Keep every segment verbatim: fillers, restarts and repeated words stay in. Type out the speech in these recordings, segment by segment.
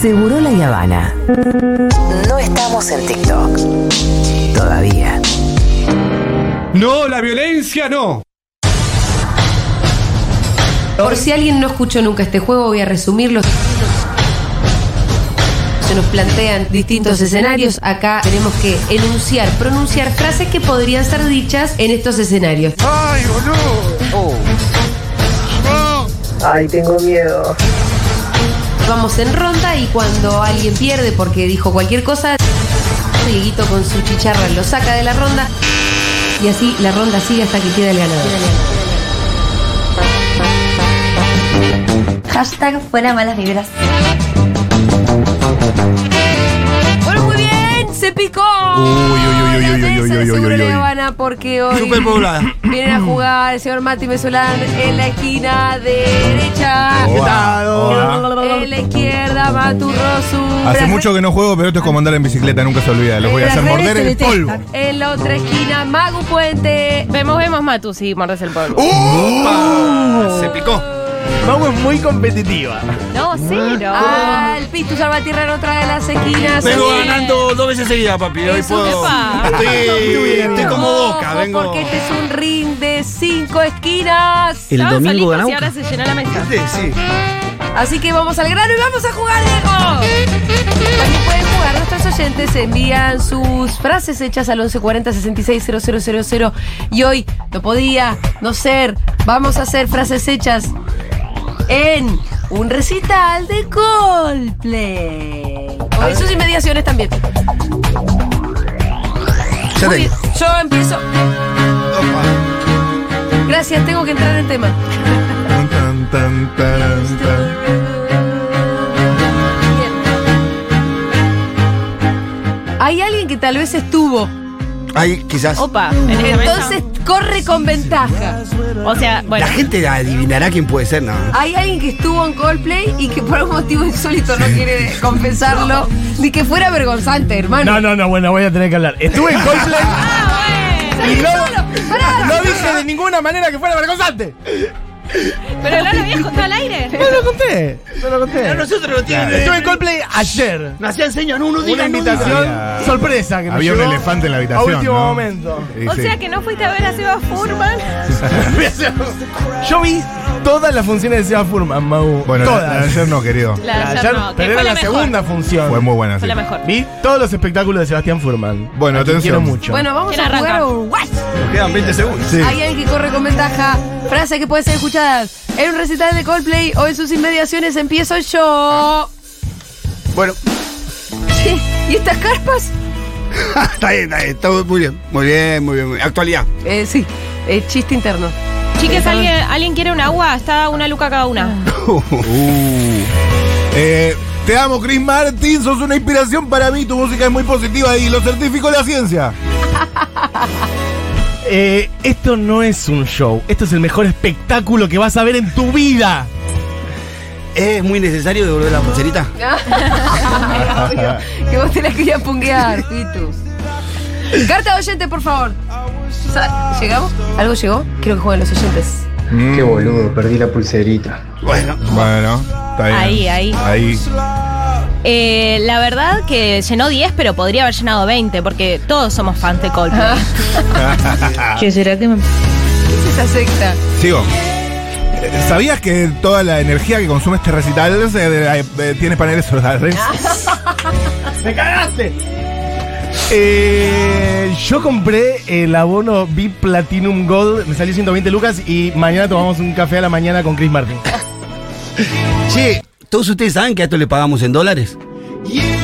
Seguro La Habana. No estamos en TikTok. Todavía. No, la violencia no. Por si alguien no escuchó nunca este juego, voy a resumirlo. Se nos plantean distintos escenarios. Acá tenemos que enunciar, pronunciar frases que podrían ser dichas en estos escenarios. ¡Ay, boludo! Oh. Oh. Ay, tengo miedo. Vamos en ronda y cuando alguien pierde porque dijo cualquier cosa, Dieguito con su chicharra lo saca de la ronda y así la ronda sigue hasta que queda el ganador. Hashtag fuera malas vibras. Bueno, muy bien, se picó. Uy, uy, uy, uy, uy, uy, uy, uy, uy, uy. Habana porque hoy Super poblada. vienen a jugar el señor Mati Mesolán en la esquina derecha. ¿Qué tal? Hola. En la izquierda, Matu Rosu. Hace mucho que no juego, pero esto es como andar en bicicleta, nunca se olvida. Los voy a hacer morder el polvo. En la otra esquina, Magu Puente. Vemos, vemos, Matu, si mordes el polvo. ¡Uh! Se picó. Mau es muy competitiva. No, cero. Ah, el Pitu Salvatierra en otra de las esquinas. Vengo Bien. ganando dos veces seguidas, papi. Hoy Eso, puedo. epa. Estoy, estoy como Boca. Ojo, Vengo. porque este es un ring de cinco esquinas. El Estaban domingo solitos ganó. y ahora se llenó la mesa. Sí, sí. Así que vamos al grano y vamos a jugar, Diego. También pueden jugar nuestros oyentes, envían sus frases hechas al once cuarenta sesenta y seis cero cero cero cero. Y hoy no podía no ser, vamos a hacer frases hechas en un recital de Coldplay. O en sus inmediaciones también. Ya Muy te- bien, yo empiezo. Gracias, tengo que entrar en tema. Tan, tan, tan, tan, tan. Hay alguien que tal vez estuvo, Ay, quizás. Opa, en esta entonces corre con ventaja. mesa. O sea, bueno. La gente adivinará quién puede ser, ¿no? Hay alguien que estuvo en Coldplay y que por algún motivo insólito no quiere confesarlo, ni que fuera vergonzante, hermano. No, no, no, bueno, voy a tener que hablar. Estuve en Coldplay Ah, bueno. y no, Pará. no dije de ninguna manera que fuera vergonzante. Pero no lo habías contado al aire. No lo conté, no lo conté. Pero nosotros lo tienen. Estuve en Coldplay ayer. Nos hacían señas, no, uno Una diga, no diga. invitación Había- sorpresa que me Había un llegó elefante en la a habitación. último ¿no? momento. Sí, O sí. sea que no fuiste a ver a Seba Furman. Yo vi todas las funciones de Seba Furman, Mau. Bueno, la, todas. la de ayer no, querido. La de La ayer ayer- no, que pero fue era la la mejor. segunda función. Fue muy buena, Fue sí. la mejor. Vi todos los espectáculos de Sebastián Furman. Bueno, A quien atención. quiero mucho. Bueno, vamos ¿Quién a jugar arranca? un what? Nos quedan veinte segundos. Sí. Hay alguien que corre con ventaja. Frase que puede ser escuchada en un recital de Coldplay o en sus inmediaciones. Empiezo yo. Bueno, Sí. ¿Y estas carpas? está bien, está bien. Está muy bien. Muy bien, muy bien. Muy bien. Actualidad. Eh, sí, eh, chiste interno. Chiques, ¿alguien, ¿alguien quiere un agua? Está una luca cada una. Uh. Eh, te amo, Chris Martin. Sos una inspiración para mí. Tu música es muy positiva y lo certifico la ciencia. Eh, esto no es un show. Esto es el mejor espectáculo que vas a ver en tu vida. ¿Es muy necesario devolver la pulserita? Obvio, que vos te la querías punguear, Pitus. Carta de oyente, por favor. Sa- ¿Llegamos? ¿Algo llegó? Quiero que jueguen los oyentes. Mm. Qué boludo, perdí la pulserita. Bueno. Bueno, está bien. Ahí, ahí. Ahí. Eh, la verdad que llenó diez, pero podría haber llenado veinte, porque todos somos fans de Coldplay. Che, ¿será que me... ¿Qué es esa secta? Sigo. Eh, ¿Sabías que toda la energía que consume este recital eh, eh, tiene paneles solares? ¡Me cagaste! Eh, yo compré el abono V I P Platinum Gold, me salió ciento veinte lucas y mañana tomamos un café a la mañana con Chris Martin. Che, ¿todos ustedes saben que a esto le pagamos en dólares? Y el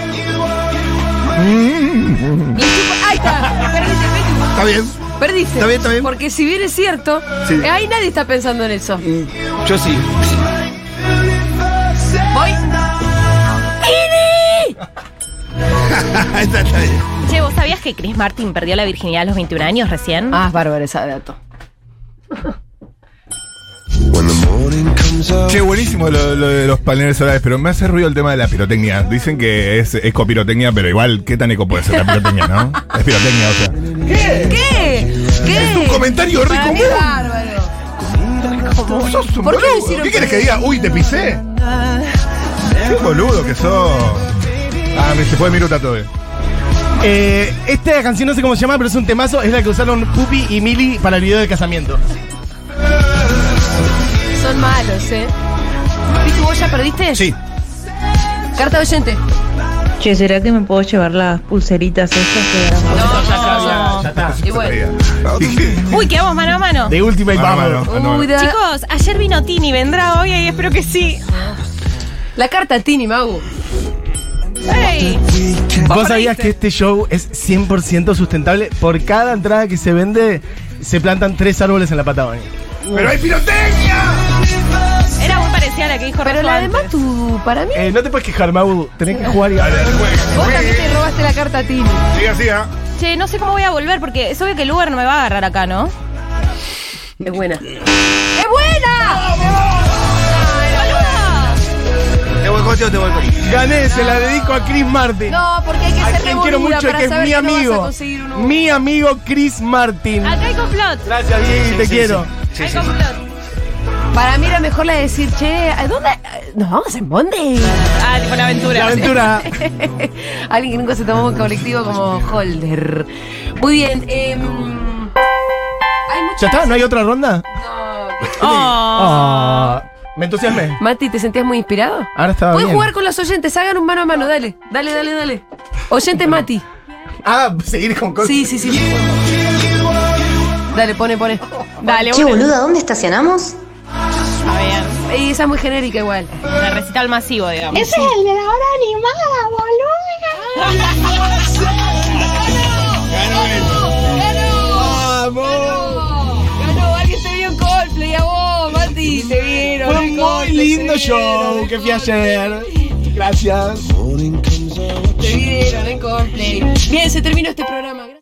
tipo- ¡Ahí está! Perdiste, Pitus. Está bien. Perdiste. Está bien, está bien. Porque si bien es cierto, Sí. eh, ahí nadie está pensando en eso. Mm, Yo sí. Voy. está, está bien. Che, ¿vos sabías que Chris Martin perdió la virginidad a los veintiún años recién? Ah, es bárbaro ese dato. Che, buenísimo lo, lo de los paneles solares, pero me hace ruido el tema de la pirotecnia. Dicen que es ecopirotecnia, pero igual, ¿qué tan eco puede ser la pirotecnia, no? Es pirotecnia, o sea. ¿Qué? ¿Qué? Es un comentario Para rico mí es bárbaro. Sos un ¿Por qué boludo. decir ¿Qué quieres que diga? Uy, te pisé. Qué boludo que sos. Ah, me se fue Miruta todo. Eh, esta canción no sé cómo se llama, pero es un temazo. Es la que usaron Pupi y Mili para el video del casamiento. Son malos, ¿eh? ¿Viste, vos ya perdiste? Sí. Carta de oyente. Che, ¿será que me puedo llevar las pulseritas estas que eran? No, ya, no. ya, ya está. Y bueno. Uy, quedamos mano a mano. De última y Mano a vamos. mano. Uy, da- Chicos, ayer vino Tini, vendrá hoy y espero que sí. La carta Tini, Magu. ¡Ey! ¿Vos sabías que este show es cien por ciento sustentable? Por cada entrada que se vende, se plantan tres árboles en la Patagonia. ¡Pero hay pirotecnia! Era muy parecida a la que dijo Pero Rosso la de antes. Matu, para mí, Eh, no te puedes quejar, Mau. Tenés que jugar y Dale, dale, juegue. vos también te robaste la carta Tini. Siga, siga. Che, no sé cómo voy a volver porque es obvio que el Uber no me va a agarrar acá, ¿no? Es buena. ¡Es buena! Te boicoteo, te boicoteo. Gané, se la dedico a Chris Martin. No, porque hay que A ser quien quiero revoluda mucho, para que es saber mi que no vas a amigo. conseguir un Uber. Mi amigo Chris Martin. Acá hay complot. Gracias, Vivi, te sí, quiero. sí. Hay complot. Para mí era mejor la de decir, che, ¿a dónde? Nos vamos en Bondi. Ah, tipo una aventura. La aventura. Alguien que nunca se tomó un colectivo como Holder. Muy bien. Eh, hay muchas- ¿Ya está? ¿No hay otra ronda? No. Oh. Ah, me entusiasmé. Mati, ¿te sentías muy inspirado? Ahora estaba Puedes bien. jugar con los oyentes, hagan un mano a mano, dale. Dale, dale, dale. Oyente Mati. Ah, seguir con cosas. Sí, sí, sí. Dale, pone, pone. Dale, Che, una. boluda, ¿dónde estacionamos? A ver, Ey, esa es muy genérica igual. de recital masivo, digamos. Ese es el de la hora animada, boludo. Ganó, alguien te vio en Coldplay a vos, Mati. Te vieron. Fue en un muy Coldplay, lindo te show vieron. que fui ayer. Gracias. Te vieron en Coldplay. Bien, se terminó este programa.